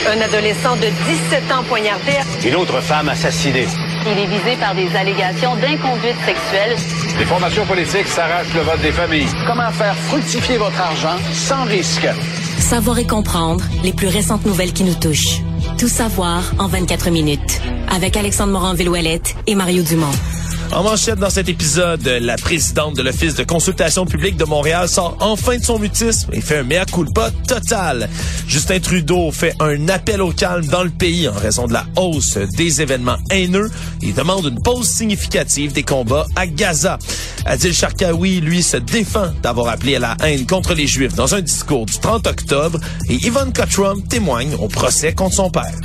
Un adolescent de 17 ans poignardé. Une autre femme assassinée. Il est visé par des allégations d'inconduite sexuelle. Les formations politiques s'arrachent le vote des familles. Comment faire fructifier votre argent sans risque? Savoir et comprendre les plus récentes nouvelles qui nous touchent. Tout savoir en 24 minutes. Avec Alexandre Morin-Villouellette et Mario Dumont. En manchette dans cet épisode, la présidente de l'Office de consultation publique de Montréal sort enfin de son mutisme et fait un mea culpa total. Justin Trudeau fait un appel au calme dans le pays en raison de la hausse des événements haineux et demande une pause significative des combats à Gaza. Adil Sharkawi, lui, se défend d'avoir appelé à la haine contre les Juifs dans un discours du 30 octobre et Ivanka Trump témoigne au procès contre son père.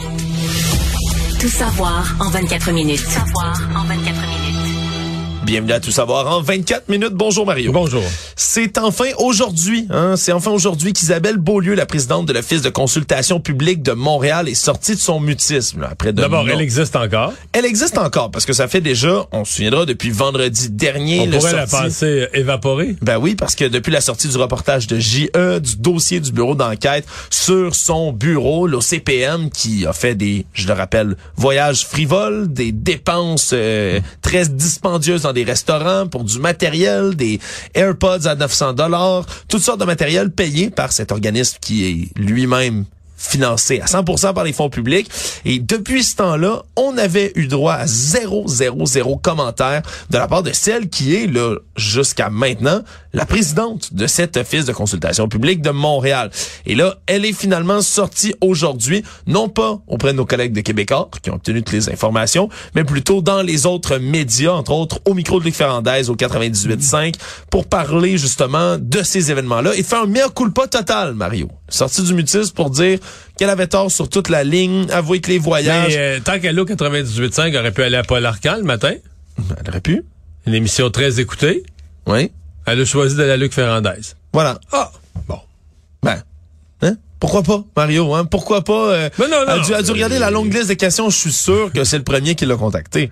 Tout savoir en 24 minutes. Tout savoir en 24 minutes. Bienvenue à Tout savoir en 24 minutes. Bonjour Mario. Bonjour. C'est enfin aujourd'hui qu'Isabelle Beaulieu, la présidente de l'Office de consultation publique de Montréal, est sortie de son mutisme. Là, après D'abord, elle existe encore. Elle existe encore parce que ça fait déjà, on se souviendra, depuis vendredi dernier. On pourrait la penser évaporée. Ben oui, parce que depuis la sortie du reportage de JE, du dossier du bureau d'enquête sur son bureau, l'OCPM, qui a fait des, je le rappelle, voyages frivoles, des dépenses très dispendieuses dans des restaurants pour du matériel, des AirPods à $900, toutes sortes de matériel payé par cet organisme qui est lui-même financé à 100% par les fonds publics. Et depuis ce temps-là, on avait eu droit à zéro commentaire de la part de celle qui est, là, jusqu'à maintenant, la présidente de cet office de consultation publique de Montréal. Et là, elle est finalement sortie aujourd'hui, non pas auprès de nos collègues de Québécois, qui ont obtenu toutes les informations, mais plutôt dans les autres médias, entre autres au micro de Luc Ferrandez, au 98.5, pour parler justement de ces événements-là et faire un mea culpa total, Mario. Sortie du mutisme pour dire qu'elle avait tort sur toute la ligne, avouer que les voyages... Mais tant qu'elle est au 98.5, elle aurait pu aller à Paul Arcand le matin. Elle aurait pu. Une émission très écoutée. Oui. Elle a choisi d'aller à Luc Ferrandez. Voilà. Ah, bon. Ben, hein? Pourquoi pas, Mario? Hein? Pourquoi pas? Mais non. Elle a dû regarder la longue liste de questions. Je suis sûr que c'est le premier qui l'a contacté.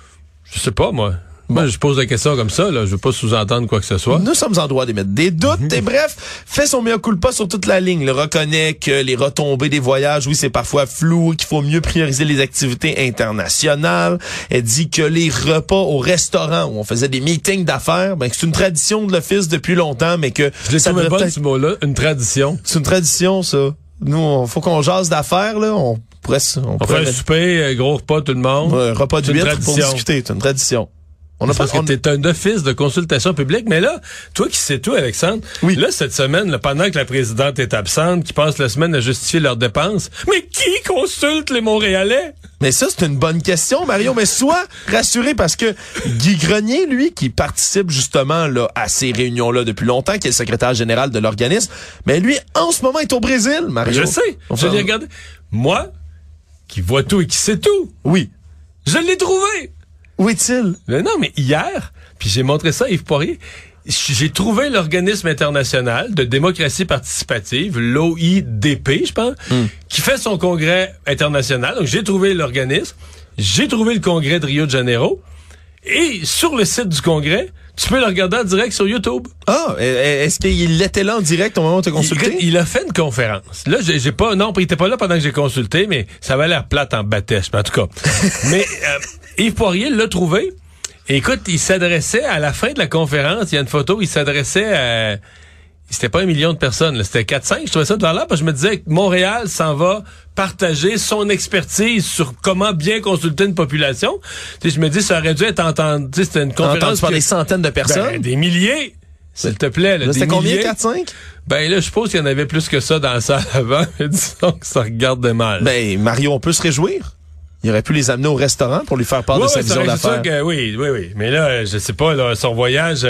Je sais pas, moi. Moi, je pose la question comme ça, là. Je veux pas sous-entendre quoi que ce soit. Nous sommes en droit d'émettre des doutes. Et bref, fait son mea culpa sur toute la ligne. Le reconnaît que les retombées des voyages, oui, c'est parfois flou, qu'il faut mieux prioriser les activités internationales. Elle dit que les repas au restaurant où on faisait des meetings d'affaires, ben, que c'est une tradition de l'Office depuis longtemps, mais que... Je l'ai trouvé bon, ce mot-là, une tradition. C'est une tradition, ça. Nous, faut qu'on jase d'affaires, là. On pourrait faire un souper, gros repas, tout le monde. Repas de huître pour discuter. C'est une tradition. Parce que t'es un office de consultation publique, mais là, toi qui sais tout, Alexandre, oui. Là, cette semaine, là, pendant que la présidente est absente, qui passe la semaine à justifier leurs dépenses, mais qui consulte les Montréalais? Mais ça, c'est une bonne question, Mario, mais sois rassuré parce que Guy Grenier, lui, qui participe justement là à ces réunions-là depuis longtemps, qui est le secrétaire général de l'organisme, mais lui, en ce moment, est au Brésil, Mario. Je sais, je l'ai regardé. Moi, qui vois tout et qui sais tout. Oui. Je l'ai trouvé. Où est-il? Non, mais hier, puis j'ai montré ça à Yves Poirier, j'ai trouvé l'organisme international de démocratie participative, l'OIDP, je pense, qui fait son congrès international. Donc, j'ai trouvé l'organisme, j'ai trouvé le congrès de Rio de Janeiro, et sur le site du congrès, tu peux le regarder en direct sur YouTube. Ah, est-ce qu'il était là en direct au moment où tu as consulté? Il a fait une conférence. Là, j'ai pas, non, il était pas là pendant que j'ai consulté, mais ça avait l'air plate en bâtèche, en tout cas. Mais, Yves Poirier l'a trouvé. Et écoute, il s'adressait à la fin de la conférence, il y a une photo, il s'adressait à... C'était pas 1 million de personnes, là, c'était 4-5. Je trouvais ça de valeur parce que je me disais que Montréal s'en va partager son expertise sur comment bien consulter une population. Tu sais, je me dis, ça aurait dû être entendu. C'était une conférence... Entendu par des centaines de personnes? Ben, des milliers, s'il te plaît. Là, c'était combien, 4-5? Ben là, je suppose qu'il y en avait plus que ça dans la salle avant. Mais disons que ça regarde de mal. Ben, Mario, on peut se réjouir. Il aurait pu les amener au restaurant pour lui faire part de sa vision d'affaires. Oui. Mais là, je sais pas, là, son voyage...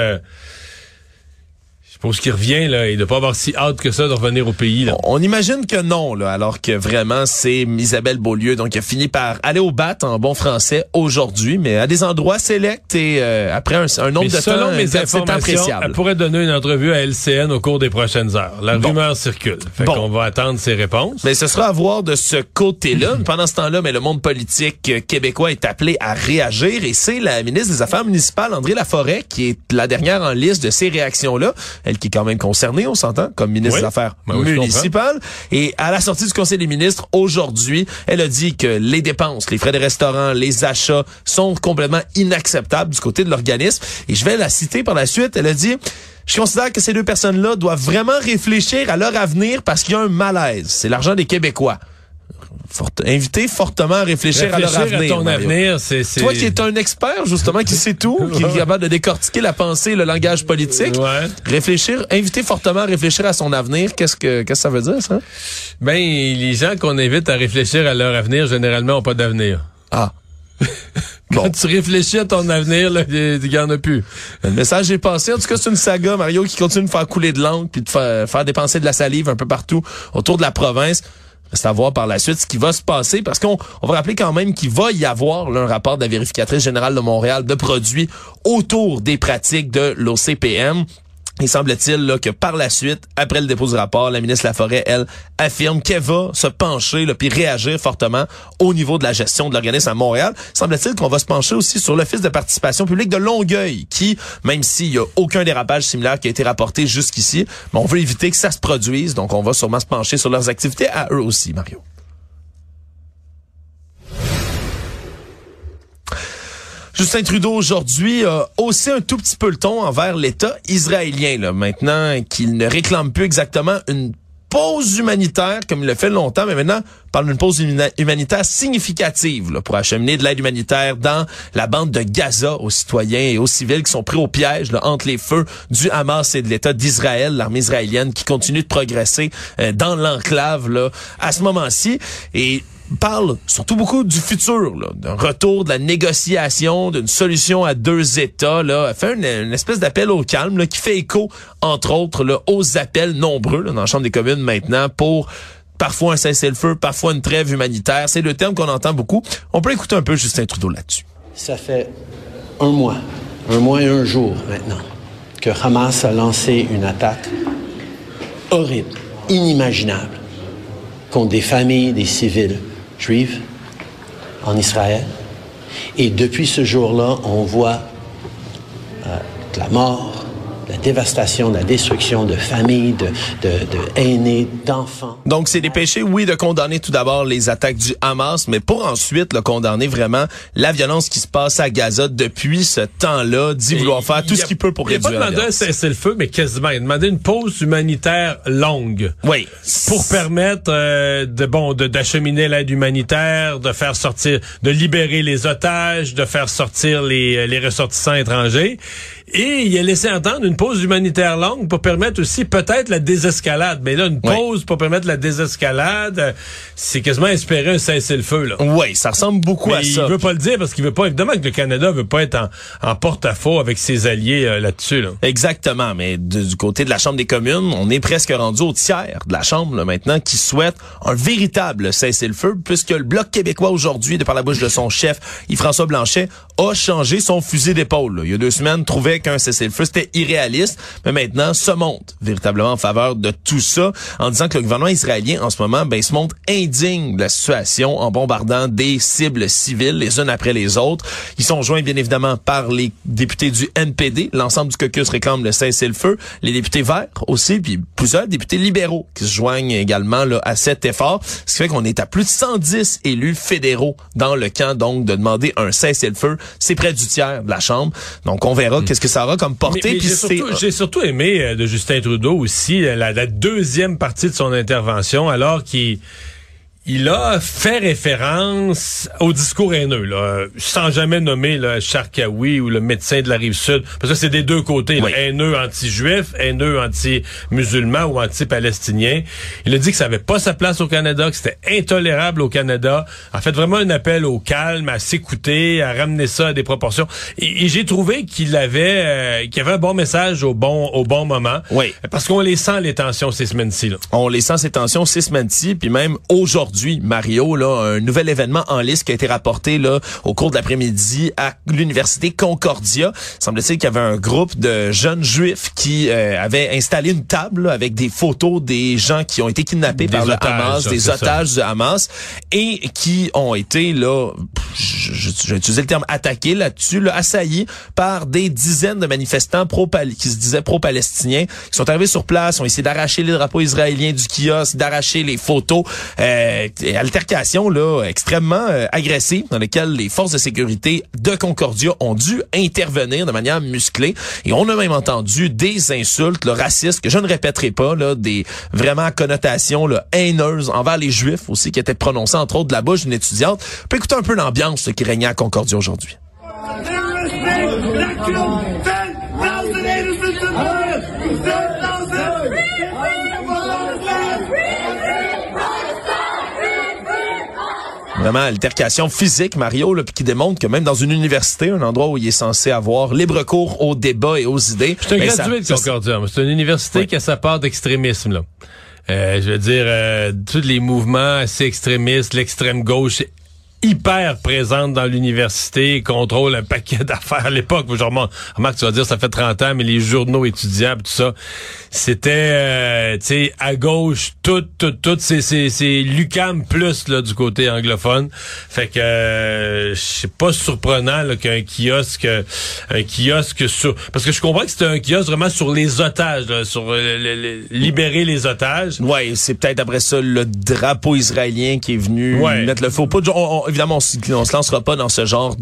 Pour ce qui revient, là, il doit pas avoir si hâte que ça de revenir au pays. Là. On imagine que non, là, alors que vraiment, c'est Isabelle Beaulieu, donc qui a fini par aller au bat en bon français aujourd'hui, mais à des endroits sélects et après un nombre de temps, selon mes c'est informations, appréciable. Elle pourrait donner une entrevue à LCN au cours des prochaines heures. La rumeur circule. Fait qu'on va attendre ses réponses. Mais ce sera à voir de ce côté-là. Pendant ce temps-là, mais le monde politique québécois est appelé à réagir et c'est la ministre des Affaires municipales, André Laforêt, qui est la dernière en liste de ces réactions-là. elle qui est quand même concernée, on s'entend, comme ministre des Affaires municipales. Et à la sortie du Conseil des ministres, aujourd'hui, elle a dit que les dépenses, les frais de restaurant, les achats sont complètement inacceptables du côté de l'organisme. Et je vais la citer par la suite. Elle a dit: je considère que ces deux personnes-là doivent vraiment réfléchir à leur avenir parce qu'il y a un malaise. C'est l'argent des Québécois. Inviter fortement à réfléchir à leur avenir. À ton avenir, c'est... Toi qui es un expert, justement, qui sait tout, qui est capable de décortiquer la pensée, le langage politique. Inviter fortement à réfléchir à son avenir, qu'est-ce que ça veut dire, ça? Ben, les gens qu'on invite à réfléchir à leur avenir, généralement, n'ont pas d'avenir. Ah. Quand tu réfléchis à ton avenir, là, il y en a plus. Le message est passé. En tout cas, c'est une saga, Mario, qui continue de faire couler de l'encre puis de faire dépenser de la salive un peu partout autour de la province. Reste à voir par la suite ce qui va se passer, parce qu'on va rappeler quand même qu'il va y avoir là, un rapport de la vérificatrice générale de Montréal de produits autour des pratiques de l'OCPM. Il semble-t-il là, que par la suite, après le dépôt du rapport, la ministre Laforêt, elle, affirme qu'elle va se pencher puis réagir fortement au niveau de la gestion de l'organisme à Montréal. Semble-t-il qu'on va se pencher aussi sur l'Office de participation publique de Longueuil, qui, même s'il y a aucun dérapage similaire qui a été rapporté jusqu'ici, mais on veut éviter que ça se produise, donc on va sûrement se pencher sur leurs activités à eux aussi, Mario. Justin Trudeau, aujourd'hui, a haussé un tout petit peu le ton envers l'État israélien, là, maintenant qu'il ne réclame plus exactement une pause humanitaire, comme il l'a fait longtemps, mais maintenant, il parle d'une pause humanitaire significative là, pour acheminer de l'aide humanitaire dans la bande de Gaza aux citoyens et aux civils qui sont pris au piège là, entre les feux du Hamas et de l'État d'Israël, l'armée israélienne qui continue de progresser dans l'enclave là, à ce moment-ci. Et parle surtout beaucoup du futur, là, d'un retour de la négociation, d'une solution à deux États. Là, elle fait une espèce d'appel au calme là, qui fait écho, entre autres, là, aux appels nombreux là, dans la Chambre des communes maintenant pour parfois un cessez-le-feu, parfois une trêve humanitaire. C'est le terme qu'on entend beaucoup. On peut écouter un peu Justin Trudeau là-dessus. Ça fait un mois et un jour maintenant, que Hamas a lancé une attaque horrible, inimaginable, contre des familles, des civils juifs en Israël. Et depuis ce jour-là, on voit de la mort, de la dévastation, de la destruction de familles, de aînés, d'enfants. Donc, c'est dépêché, oui, de condamner tout d'abord les attaques du Hamas, mais pour ensuite le condamner vraiment la violence qui se passe à Gaza depuis ce temps-là, dit vouloir faire tout ce qu'il peut pour réduire la violence. Il n'a pas demandé un cessez-le-feu, mais quasiment. Il a demandé une pause humanitaire longue. Oui. Pour permettre d'acheminer l'aide humanitaire, de faire sortir, de libérer les otages, de faire sortir les ressortissants étrangers. Et il a laissé entendre une pause humanitaire longue pour permettre aussi peut-être la désescalade. Mais là, une pause pour permettre la désescalade, c'est quasiment espérer un cessez-le-feu, là. Oui, ça ressemble beaucoup à ça. Il veut pas le dire parce qu'il veut pas, évidemment que le Canada veut pas être en porte-à-faux avec ses alliés là-dessus, là. Exactement. Mais du côté de la Chambre des communes, on est presque rendu au tiers de la Chambre, là, maintenant, qui souhaite un véritable cessez-le-feu, puisque le Bloc québécois aujourd'hui, de par la bouche de son chef, Yves-François Blanchet, a changé son fusil d'épaule, là. Il y a 2 semaines, trouvait qu'un cessez-le-feu, c'était irréaliste, mais maintenant se montre véritablement en faveur de tout ça, en disant que le gouvernement israélien, en ce moment, se montre indigne de la situation en bombardant des cibles civiles les unes après les autres. Ils sont joints, bien évidemment, par les députés du NPD. L'ensemble du caucus réclame le cessez-le-feu. Les députés verts aussi, puis plusieurs députés libéraux qui se joignent également là, à cet effort. Ce qui fait qu'on est à plus de 110 élus fédéraux dans le camp, donc, de demander un cessez-le-feu. C'est près du tiers de la Chambre. Donc, on verra qu'est-ce que ça aura comme portée. Mais j'ai surtout aimé de Justin Trudeau aussi la deuxième partie de son intervention, alors qu'il a fait référence au discours haineux, là, sans jamais nommer le Charkaoui ou le médecin de la Rive-Sud, parce que c'est des deux côtés, là, haineux anti-juif, haineux anti-musulman ou anti-palestinien. Il a dit que ça avait pas sa place au Canada, que c'était intolérable au Canada. A fait vraiment un appel au calme, à s'écouter, à ramener ça à des proportions. Et j'ai trouvé qu'il avait un bon message au bon moment. Oui. Parce qu'on les sent, les tensions, ces semaines-ci, là. On les sent, ces tensions, ces semaines-ci, puis même aujourd'hui. aujourd'hui, Mario, là, un nouvel événement en liste qui a été rapporté là au cours de l'après-midi à l'université Concordia. Semble-t-il qu'il y avait un groupe de jeunes juifs qui avaient installé une table là, avec des photos des gens qui ont été kidnappés par le Hamas, des otages du Hamas, et qui ont été là, j'ai utilisé le terme attaqués là-dessus, là, assaillis par des dizaines de manifestants qui se disaient pro-palestiniens, qui sont arrivés sur place, ont essayé d'arracher les drapeaux israéliens du kiosque, d'arracher les photos. Altercation là extrêmement agressive dans lesquelles les forces de sécurité de Concordia ont dû intervenir de manière musclée. Et on a même entendu des insultes là, racistes que je ne répéterai pas, là, des vraiment connotations là, haineuses envers les Juifs aussi qui étaient prononcées entre autres de la bouche d'une étudiante. On peut écouter un peu l'ambiance là, qui régnait à Concordia aujourd'hui. Vraiment, altercation physique, Mario, là, puis qui démontre que même dans une université, un endroit où il est censé avoir libre cours au débat et aux idées... Je suis un gradué de Concordia. C'est une université qui a sa part d'extrémisme, là. Je veux dire, tous les mouvements assez extrémistes, l'extrême gauche hyper présente dans l'université, contrôle un paquet d'affaires à l'époque. Remarque, tu vas dire, ça fait 30 ans, mais les journaux étudiants, tout ça, c'était, tu sais, à gauche, tout, c'est l'UQAM plus, là, du côté anglophone. Fait que, c'est pas surprenant, là, qu'un kiosque sur, parce que je comprends que c'était un kiosque vraiment sur les otages, là, sur libérer les otages. Ouais, c'est peut-être après ça le drapeau israélien qui est venu mettre le faux pas. Évidemment, on se lancera pas dans ce genre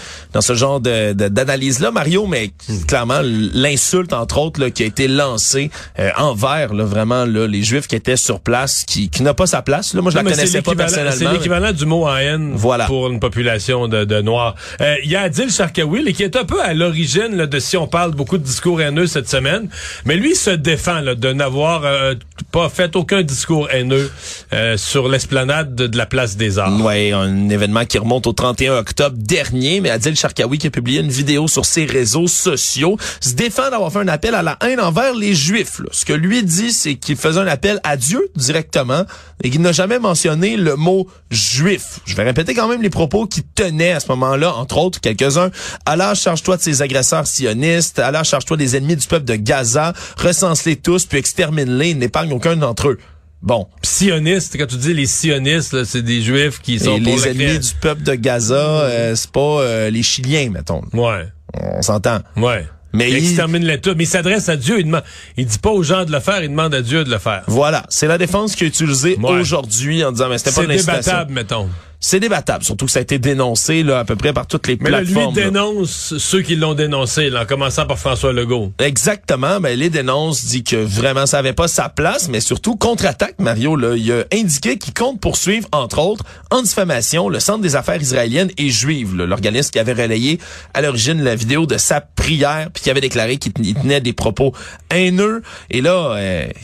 d'analyse-là, Mario, mais clairement, l'insulte, entre autres, là, qui a été lancée envers là, vraiment là, les Juifs qui étaient sur place, qui n'a pas sa place. Là, moi, je la connaissais pas personnellement. C'est l'équivalent du mot haine pour une population de Noirs. Il y a Adil Sharkawi, qui est un peu à l'origine là, de si on parle beaucoup de discours haineux cette semaine, mais lui se défend là, de n'avoir pas fait aucun discours haineux sur l'esplanade de la Place des Arts. Ouais, un événement qui remonte au 31 octobre dernier, mais Adil Sharkawi qui a publié une vidéo sur ses réseaux sociaux se défend d'avoir fait un appel à la haine envers les Juifs. Là. Ce que lui dit, c'est qu'il faisait un appel à Dieu directement et qu'il n'a jamais mentionné le mot juif. Je vais répéter quand même les propos qu'il tenait à ce moment-là, entre autres quelques-uns. Allah, charge-toi de ces agresseurs sionistes. Allah, charge-toi des ennemis du peuple de Gaza. Recense-les tous, puis extermine-les. N'épargne aucun d'entre eux. Bon. Sionistes, quand tu dis les sionistes, là, c'est des Juifs qui sont pour les ennemis du peuple de Gaza, c'est pas les Chiliens, mettons. Ouais. On s'entend. Ouais. Mais il extermine les tout. Mais il s'adresse à Dieu. Il dit pas aux gens de le faire, il demande à Dieu de le faire. Voilà. C'est la défense qu'il a utilisée aujourd'hui en disant, mais c'était pas une incitation. C'est débattable, mettons. C'est débattable, surtout que ça a été dénoncé là à peu près par toutes les plateformes. Mais lui dénonce ceux qui l'ont dénoncé, là, en commençant par François Legault. Exactement, ben les dénonce, dit que vraiment ça avait pas sa place, mais surtout contre-attaque, Mario, là, il a indiqué qu'il compte poursuivre, entre autres, en diffamation, le Centre des affaires israéliennes et juives, là, l'organisme qui avait relayé à l'origine la vidéo de sa prière, puis qui avait déclaré qu'il tenait des propos haineux. Et là,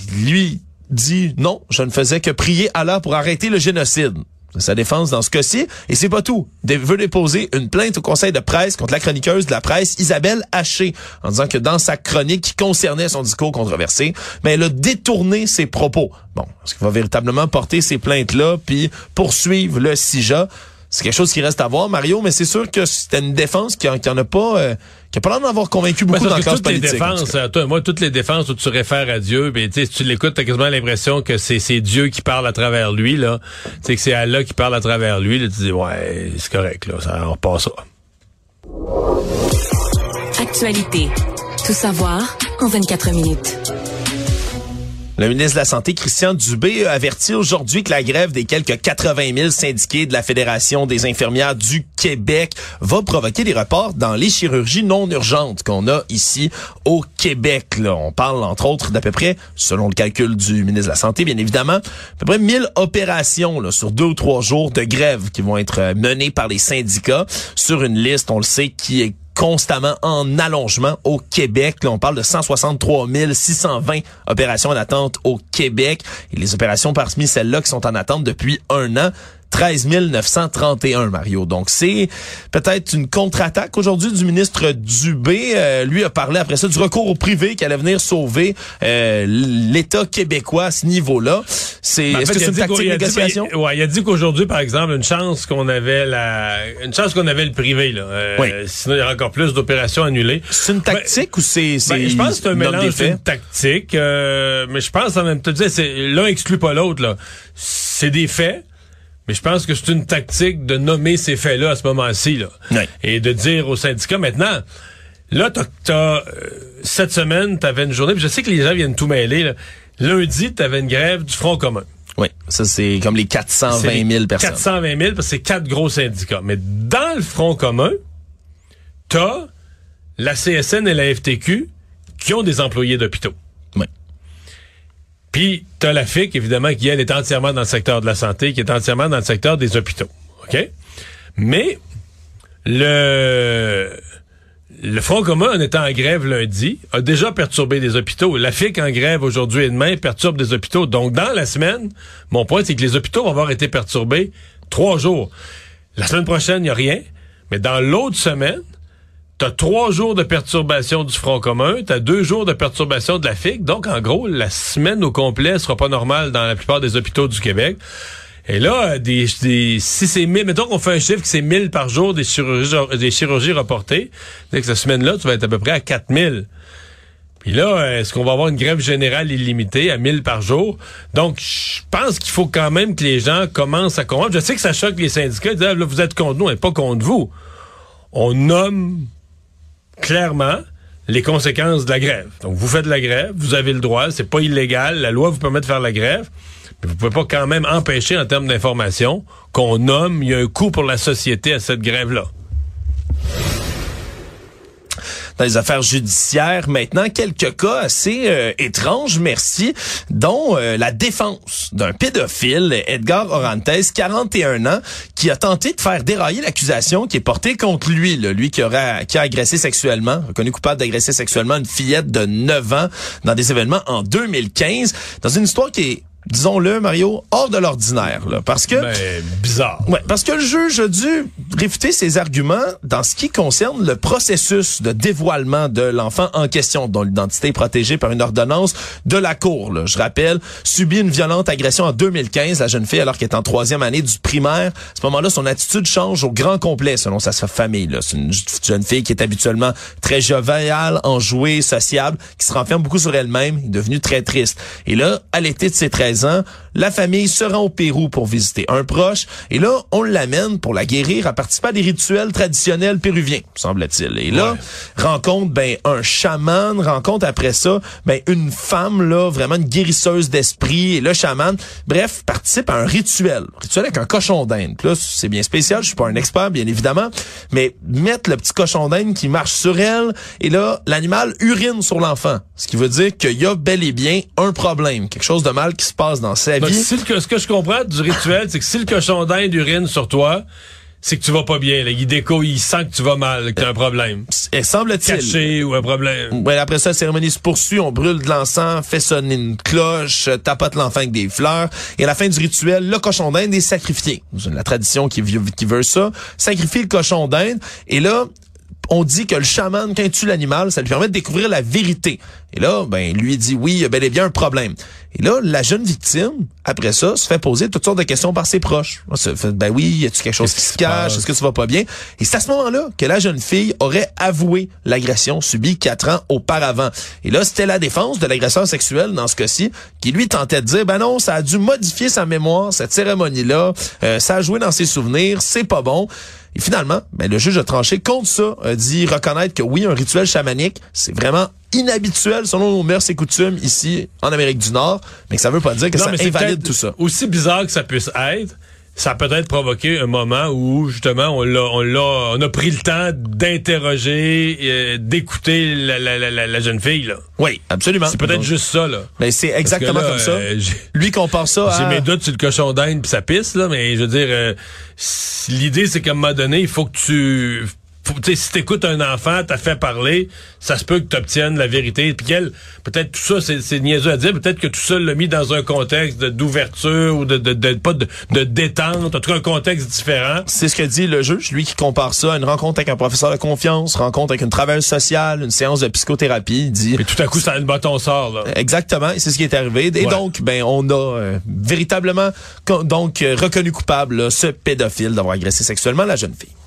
lui dit non, je ne faisais que prier Allah pour arrêter le génocide. Sa défense dans ce cas-ci. Et c'est pas tout. Veut déposer une plainte au conseil de presse contre la chroniqueuse de la presse Isabelle Haché en disant que dans sa chronique qui concernait son discours controversé, mais elle a détourné ses propos. Bon, est-ce qu'il va véritablement porter ces plaintes-là puis poursuivre le CIJA? C'est quelque chose qui reste à voir, Mario, mais c'est sûr que c'était une défense qui en a pas... qui a pas l'air d'avoir convaincu beaucoup dans la classe politique. Toutes les défenses où tu réfères à Dieu, ben, si tu l'écoutes, t'as quasiment l'impression que c'est Dieu qui parle à travers lui, là. Tu sais que c'est Allah qui parle à travers lui, là. Tu dis, ouais, c'est correct, là. On repasse ça. Actualité. Tout savoir en 24 minutes. Le ministre de la Santé, Christian Dubé, a averti aujourd'hui que la grève des quelques 80 000 syndiqués de la Fédération des infirmières du Québec va provoquer des reports dans les chirurgies non urgentes qu'on a ici au Québec. Là, on parle, entre autres, d'à peu près, selon le calcul du ministre de la Santé, bien évidemment, à peu près 1000 opérations là, sur 2 ou 3 jours de grève qui vont être menées par les syndicats sur une liste, on le sait, qui est constamment en allongement au Québec. Là, on parle de 163 620 opérations en attente au Québec. Et les opérations parmi celles-là qui sont en attente depuis 1 an, 13 931, Mario. Donc, c'est peut-être une contre-attaque aujourd'hui du ministre Dubé. Lui a parlé après ça du recours au privé qui allait venir sauver l'État québécois à ce niveau-là. Est-ce que c'est une tactique de négociation? Il a dit qu'aujourd'hui, par exemple, une chance qu'on avait le privé, là. Sinon, il y aura encore plus d'opérations annulées. C'est une tactique ou c'est je pense que c'est un mélange d'une tactique, mais je pense en même temps, l'un exclut pas l'autre, là. C'est des faits. Mais je pense que c'est une tactique de nommer ces faits-là à ce moment-ci, là. Oui. Et de dire aux syndicats, maintenant, là, cette semaine, t'avais une journée, puis je sais que les gens viennent tout mêler, là. Lundi, t'avais une grève du Front commun. Oui, ça c'est comme les 420 000 personnes. 420 000, parce que c'est 4 gros syndicats. Mais dans le Front commun, t'as la CSN et la FTQ qui ont des employés d'hôpitaux. Oui. Puis, t'as la FIC, évidemment, qui, elle, est entièrement dans le secteur de la santé, qui est entièrement dans le secteur des hôpitaux. OK? Mais, le Front commun, en étant en grève lundi, a déjà perturbé des hôpitaux. La FIC, en grève aujourd'hui et demain, perturbe des hôpitaux. Donc, dans la semaine, mon point, c'est que les hôpitaux vont avoir été perturbés 3 jours. La semaine prochaine, il n'y a rien. Mais dans l'autre semaine, t'as 3 jours de perturbation du Front commun, t'as 2 jours de perturbation de la FIC. Donc, en gros, la semaine au complet sera pas normale dans la plupart des hôpitaux du Québec. Et là, si c'est 1000, mettons qu'on fait un chiffre que c'est 1000 par jour des chirurgies reportées, dès que cette semaine-là, tu vas être à peu près à 4000. Puis là, est-ce qu'on va avoir une grève générale illimitée à 1000 par jour? Donc, je pense qu'il faut quand même que les gens commencent à comprendre. Je sais que ça choque les syndicats. Ils disent, là, vous êtes contre nous, on n'est pas contre vous. On nomme clairement les conséquences de la grève. Donc, vous faites de la grève, vous avez le droit, c'est pas illégal, la loi vous permet de faire la grève, mais vous pouvez pas quand même empêcher, en termes d'information, qu'on nomme, il y a un coût pour la société à cette grève-là. Dans les affaires judiciaires, maintenant, quelques cas assez étranges, merci, dont la défense d'un pédophile, Edgar Orantes, 41 ans, qui a tenté de faire dérailler l'accusation qui est portée contre lui, là, lui qui a agressé sexuellement, reconnu coupable d'agresser sexuellement une fillette de 9 ans dans des événements en 2015, dans une histoire qui est, disons-le, Mario, hors de l'ordinaire, là, parce que... bizarre. Ouais, parce que le juge a dû réfuter ses arguments dans ce qui concerne le processus de dévoilement de l'enfant en question, dont l'identité est protégée par une ordonnance de la Cour, là. Je rappelle, subit une violente agression en 2015, la jeune fille, alors qu'elle est en 3e année du primaire. À ce moment-là, son attitude change au grand complet, selon sa famille, là. C'est une jeune fille qui est habituellement très joviale, enjouée, sociable, qui se renferme beaucoup sur elle-même, est devenue très triste. Et là, à l'été de ses 13 ans, la famille se rend au Pérou pour visiter un proche et là, on l'amène pour la guérir à participer à des rituels traditionnels péruviens, semble-t-il. Et là, rencontre un chaman, rencontre après ça une femme, là, vraiment une guérisseuse d'esprit, et le chaman, bref, participe à un rituel avec un cochon d'Inde. Puis là, c'est bien spécial, je suis pas un expert, bien évidemment, mais mettre le petit cochon d'Inde qui marche sur elle, et là, l'animal urine sur l'enfant, ce qui veut dire qu'il y a bel et bien un problème, quelque chose de mal qui se passe dans sa vie. Donc, ce que je comprends du rituel, c'est que si le cochon d'Inde urine sur toi, c'est que tu vas pas bien. Là. Il sent que tu vas mal, que tu as un problème. Et semble-t-il. Caché ou un problème. Ouais, après ça, la cérémonie se poursuit, on brûle de l'encens, fait sonner une cloche, tapote l'enfant avec des fleurs. Et à la fin du rituel, le cochon d'Inde est sacrifié. C'est la tradition qui veut ça. Sacrifier le cochon d'Inde. Et là, on dit que le chaman, quand il tue l'animal, ça lui permet de découvrir la vérité. Et là, lui dit oui, il y a bel et bien un problème. Et là, la jeune victime, après ça, se fait poser toutes sortes de questions par ses proches. Oui, y a-tu quelque chose qui se cache? Est-ce que tu vas pas bien? Et c'est à ce moment-là que la jeune fille aurait avoué l'agression subie 4 ans auparavant. Et là, c'était la défense de l'agresseur sexuel, dans ce cas-ci, qui lui tentait de dire, non, ça a dû modifier sa mémoire, cette cérémonie-là, ça a joué dans ses souvenirs, c'est pas bon. Et finalement, le juge a tranché contre ça, a dit reconnaître que oui, un rituel chamanique, c'est vraiment inhabituel selon nos mœurs et coutumes ici en Amérique du Nord, mais que ça veut pas dire que ça invalide tout ça. Aussi bizarre que ça puisse être, ça a peut-être provoqué un moment où justement on a pris le temps d'interroger, d'écouter la jeune fille là. Oui, absolument. C'est peut-être juste ça là. Mais c'est exactement comme ça. Lui compare ça à... J'ai mes doutes sur le cochon d'Inde puis sa pisse là, mais je veux dire l'idée c'est qu'à un moment donné, il faut que si t'écoutes un enfant, t'as fait parler, ça se peut que t'obtiennes la vérité. Puis peut-être tout ça, c'est niaiseux à dire, peut-être que tout ça l'a mis dans un contexte d'ouverture ou de détente, en tout cas un contexte différent. C'est ce que dit le juge, lui qui compare ça à une rencontre avec un professeur de confiance, rencontre avec une travailleuse sociale, une séance de psychothérapie. Il dit. Mais tout à coup, ça a une bâton sort, là. Exactement, et c'est ce qui est arrivé. Et donc, on a véritablement reconnu coupable là, ce pédophile d'avoir agressé sexuellement la jeune fille.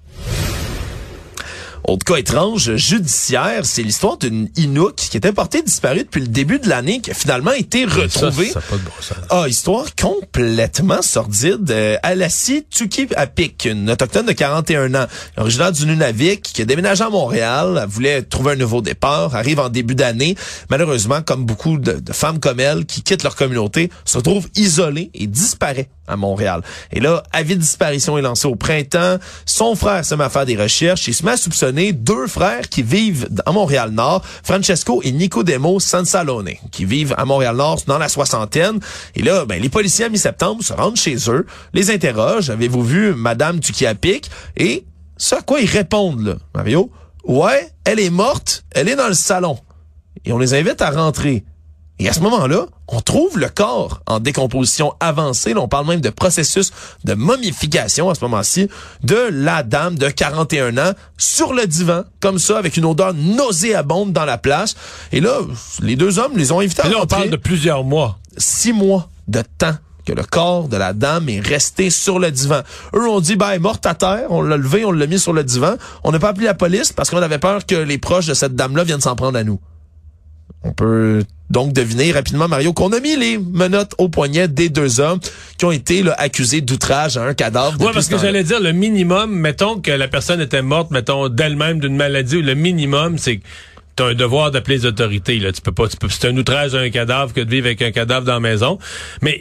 Autre cas étrange, judiciaire, c'est l'histoire d'une Inuk qui était portée disparue depuis le début de l'année, qui a finalement été retrouvée. Ça pas de bon sens. Histoire complètement sordide. Alassi Tukiapik, une autochtone de 41 ans, originaire du Nunavik, qui a déménagé à Montréal, elle voulait trouver un nouveau départ, arrive en début d'année. Malheureusement, comme beaucoup de femmes comme elle qui quittent leur communauté, se retrouvent isolées et disparaît à Montréal. Et là, avis de disparition est lancé au printemps. Son frère se met à faire des recherches et se met à soupçonner deux frères qui vivent à Montréal-Nord, Francesco et Nicodemo Sansalone, qui vivent à Montréal-Nord dans la soixantaine. Et là, les policiers à mi-septembre se rendent chez eux, les interrogent. Avez-vous vu Madame Tukiapik? Et ce à quoi ils répondent, là, Mario? Ouais, elle est morte, elle est dans le salon. Et on les invite à rentrer. Et à ce moment-là, on trouve le corps en décomposition avancée. Là, on parle même de processus de momification à ce moment-ci de la dame de 41 ans sur le divan, comme ça, avec une odeur nauséabonde dans la place. Et là, les deux hommes les ont invités à rentrer. Et là, on parle de plusieurs mois. 6 mois de temps que le corps de la dame est resté sur le divan. Eux ont dit, elle est morte à terre, on l'a levé, on l'a mis sur le divan. On n'a pas appelé la police parce qu'on avait peur que les proches de cette dame-là viennent s'en prendre à nous. On peut donc deviner rapidement, Mario, qu'on a mis les menottes au poignet des deux hommes qui ont été là, accusés d'outrage à un cadavre. Oui, parce que j'allais dire, le minimum, mettons que la personne était morte, mettons, d'elle-même d'une maladie, le minimum, c'est que t'as un devoir d'appeler les autorités. Là. C'est un outrage à un cadavre que de vivre avec un cadavre dans la maison. Mais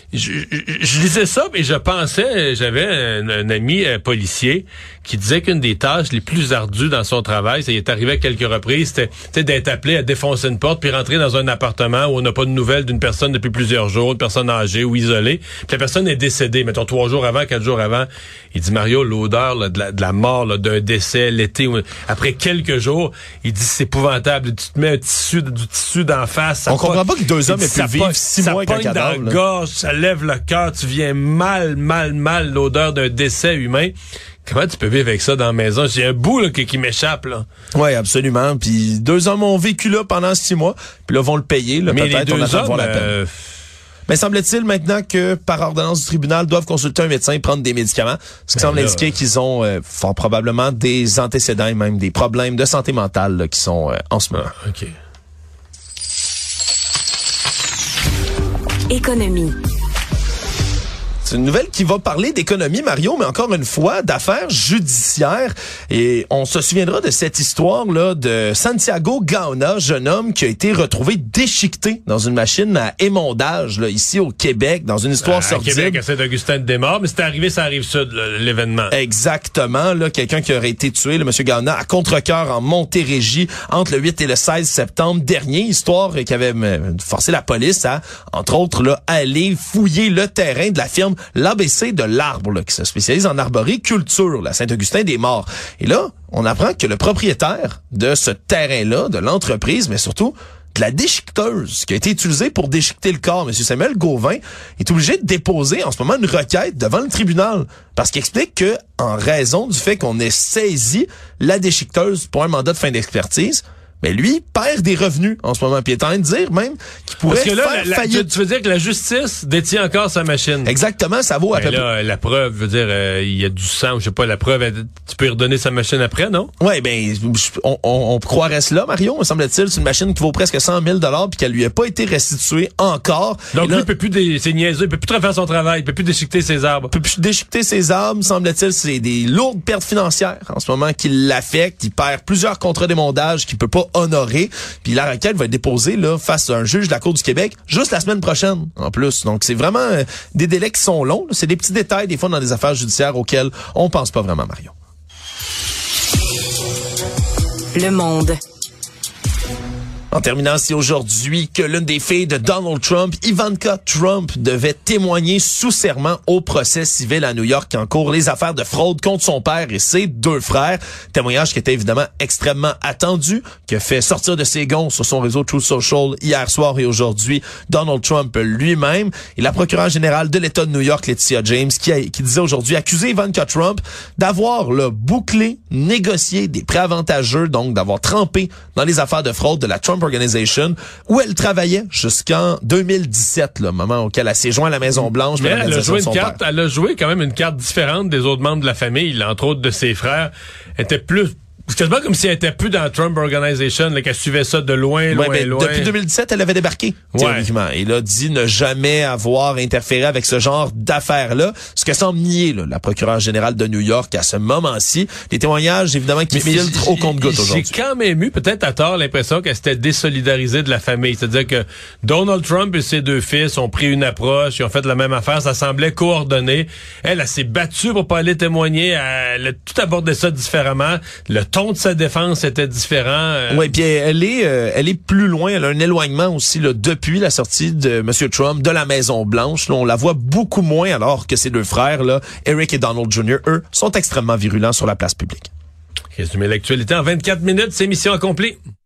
je lisais ça et je pensais, j'avais un ami policier qui disait qu'une des tâches les plus ardues dans son travail, ça y est arrivé à quelques reprises, c'était d'être appelé à défoncer une porte puis rentrer dans un appartement où on n'a pas de nouvelles d'une personne depuis plusieurs jours, une personne âgée ou isolée, puis la personne est décédée, mettons 3 jours avant, 4 jours avant. Il dit, Mario, l'odeur là, de la mort, là, d'un décès l'été, après quelques jours, il dit, c'est épouvantable. Tu te mets du tissu d'en face. On comprend pas que 2 hommes aient pu vivre 6 mois avec un cadavre. Ça pogne dans la gorge, ça lève le cœur, tu viens mal, l'odeur d'un décès humain. Comment tu peux vivre avec ça dans la maison? J'ai un bout là, qui m'échappe. Là. Oui, absolument. Puis 2 hommes ont vécu là pendant 6 mois. Puis là, vont le payer. Là, mais peut-être, les 2 hommes... la peine. Mais semble-t-il maintenant que, par ordonnance du tribunal, doivent consulter un médecin et prendre des médicaments. Ce qui semble indiquer qu'ils ont fort probablement des antécédents et même des problèmes de santé mentale là, qui sont en ce moment. OK. Économie. C'est une nouvelle qui va parler d'économie, Mario, mais encore une fois, d'affaires judiciaires. Et on se souviendra de cette histoire-là de Santiago Gaona, jeune homme qui a été retrouvé déchiqueté dans une machine à émondage, là, ici au Québec, dans une histoire sordide. Québec, à Saint-Augustin-de-Desmaures, mais c'était arrivé, ça arrive sud, l'événement. Exactement, là, quelqu'un qui aurait été tué, le monsieur Gaona, à contre-cœur en Montérégie, entre le 8 et le 16 septembre dernier. Histoire qui avait forcé la police à, entre autres, là, aller fouiller le terrain de la firme l'ABC de l'Arbre, là, qui se spécialise en arboriculture, la Saint-Augustin-des-Maures. Et là, on apprend que le propriétaire de ce terrain-là, de l'entreprise, mais surtout de la déchiqueteuse qui a été utilisée pour déchiqueter le corps, M. Samuel Gauvin, est obligé de déposer en ce moment une requête devant le tribunal parce qu'il explique que, en raison du fait qu'on ait saisi la déchiqueteuse pour un mandat de fin d'expertise, mais lui perd des revenus en ce moment. Puis il est en train de dire même qu'il pourrait faire faillite. Tu veux dire que la justice détient encore sa machine. Exactement, ça vaut à peu près. La preuve, veut dire, il y a du sang, je sais pas, la preuve, tu peux redonner sa machine après, non? Ouais, on croirait cela, Mario, me semble-t-il. C'est une machine qui vaut presque 100 000 $ puis qu'elle lui a pas été restituée encore. Donc lui, il peut plus c'est niaiseux, il peut plus faire son travail, il peut plus déchiqueter ses arbres. Il peut plus déchiqueter ses arbres, semble-t-il. C'est des lourdes pertes financières en ce moment qui l'affectent. Il perd plusieurs contrats d'émondage qu'il peut pas honorer. Puis la requête va être déposée là face à un juge de la Cour du Québec juste la semaine prochaine en plus. Donc c'est vraiment des délais qui sont longs. C'est des petits détails des fois dans des affaires judiciaires auxquels on pense pas vraiment, Mario. Le Monde. En terminant, c'est aujourd'hui que l'une des filles de Donald Trump, Ivanka Trump, devait témoigner sous serment au procès civil à New York qui encourt les affaires de fraude contre son père et ses 2 frères. Témoignage qui était évidemment extrêmement attendu, qui a fait sortir de ses gonds sur son réseau Truth Social hier soir et aujourd'hui Donald Trump lui-même. Et la procureure générale de l'État de New York, Letitia James, qui disait aujourd'hui accuser Ivanka Trump d'avoir bouclé, négocié des prêts avantageux, donc d'avoir trempé dans les affaires de fraude de la Trump Organization, où elle travaillait jusqu'en 2017, le moment auquel elle s'est jointe à la Maison-Blanche. Mais elle a joué quand même une carte différente des autres membres de la famille, entre autres de ses frères. Elle était plus... C'est quasiment comme si elle était plus dans la Trump Organization, là, qu'elle suivait ça de loin. Depuis 2017, elle avait débarqué, théoriquement. Et là, dit ne jamais avoir interféré avec ce genre d'affaires-là. Ce que semble nier la procureure générale de New York à ce moment-ci. Les témoignages, évidemment, qui filtrent au compte-gouttes aujourd'hui. J'ai quand même eu, peut-être à tort, l'impression qu'elle s'était désolidarisée de la famille. C'est-à-dire que Donald Trump et ses 2 fils ont pris une approche, ils ont fait la même affaire, ça semblait coordonné. Elle s'est battue pour pas aller témoigner. Elle a tout abordé ça différemment. Le ton de sa défense était différent. Oui, puis elle est plus loin. Elle a un éloignement aussi depuis la sortie de M. Trump de la Maison-Blanche. Là, on la voit beaucoup moins alors que ses 2 frères, Eric et Donald Jr., eux, sont extrêmement virulents sur la place publique. Résumé l'actualité en 24 minutes, c'est mission accomplie.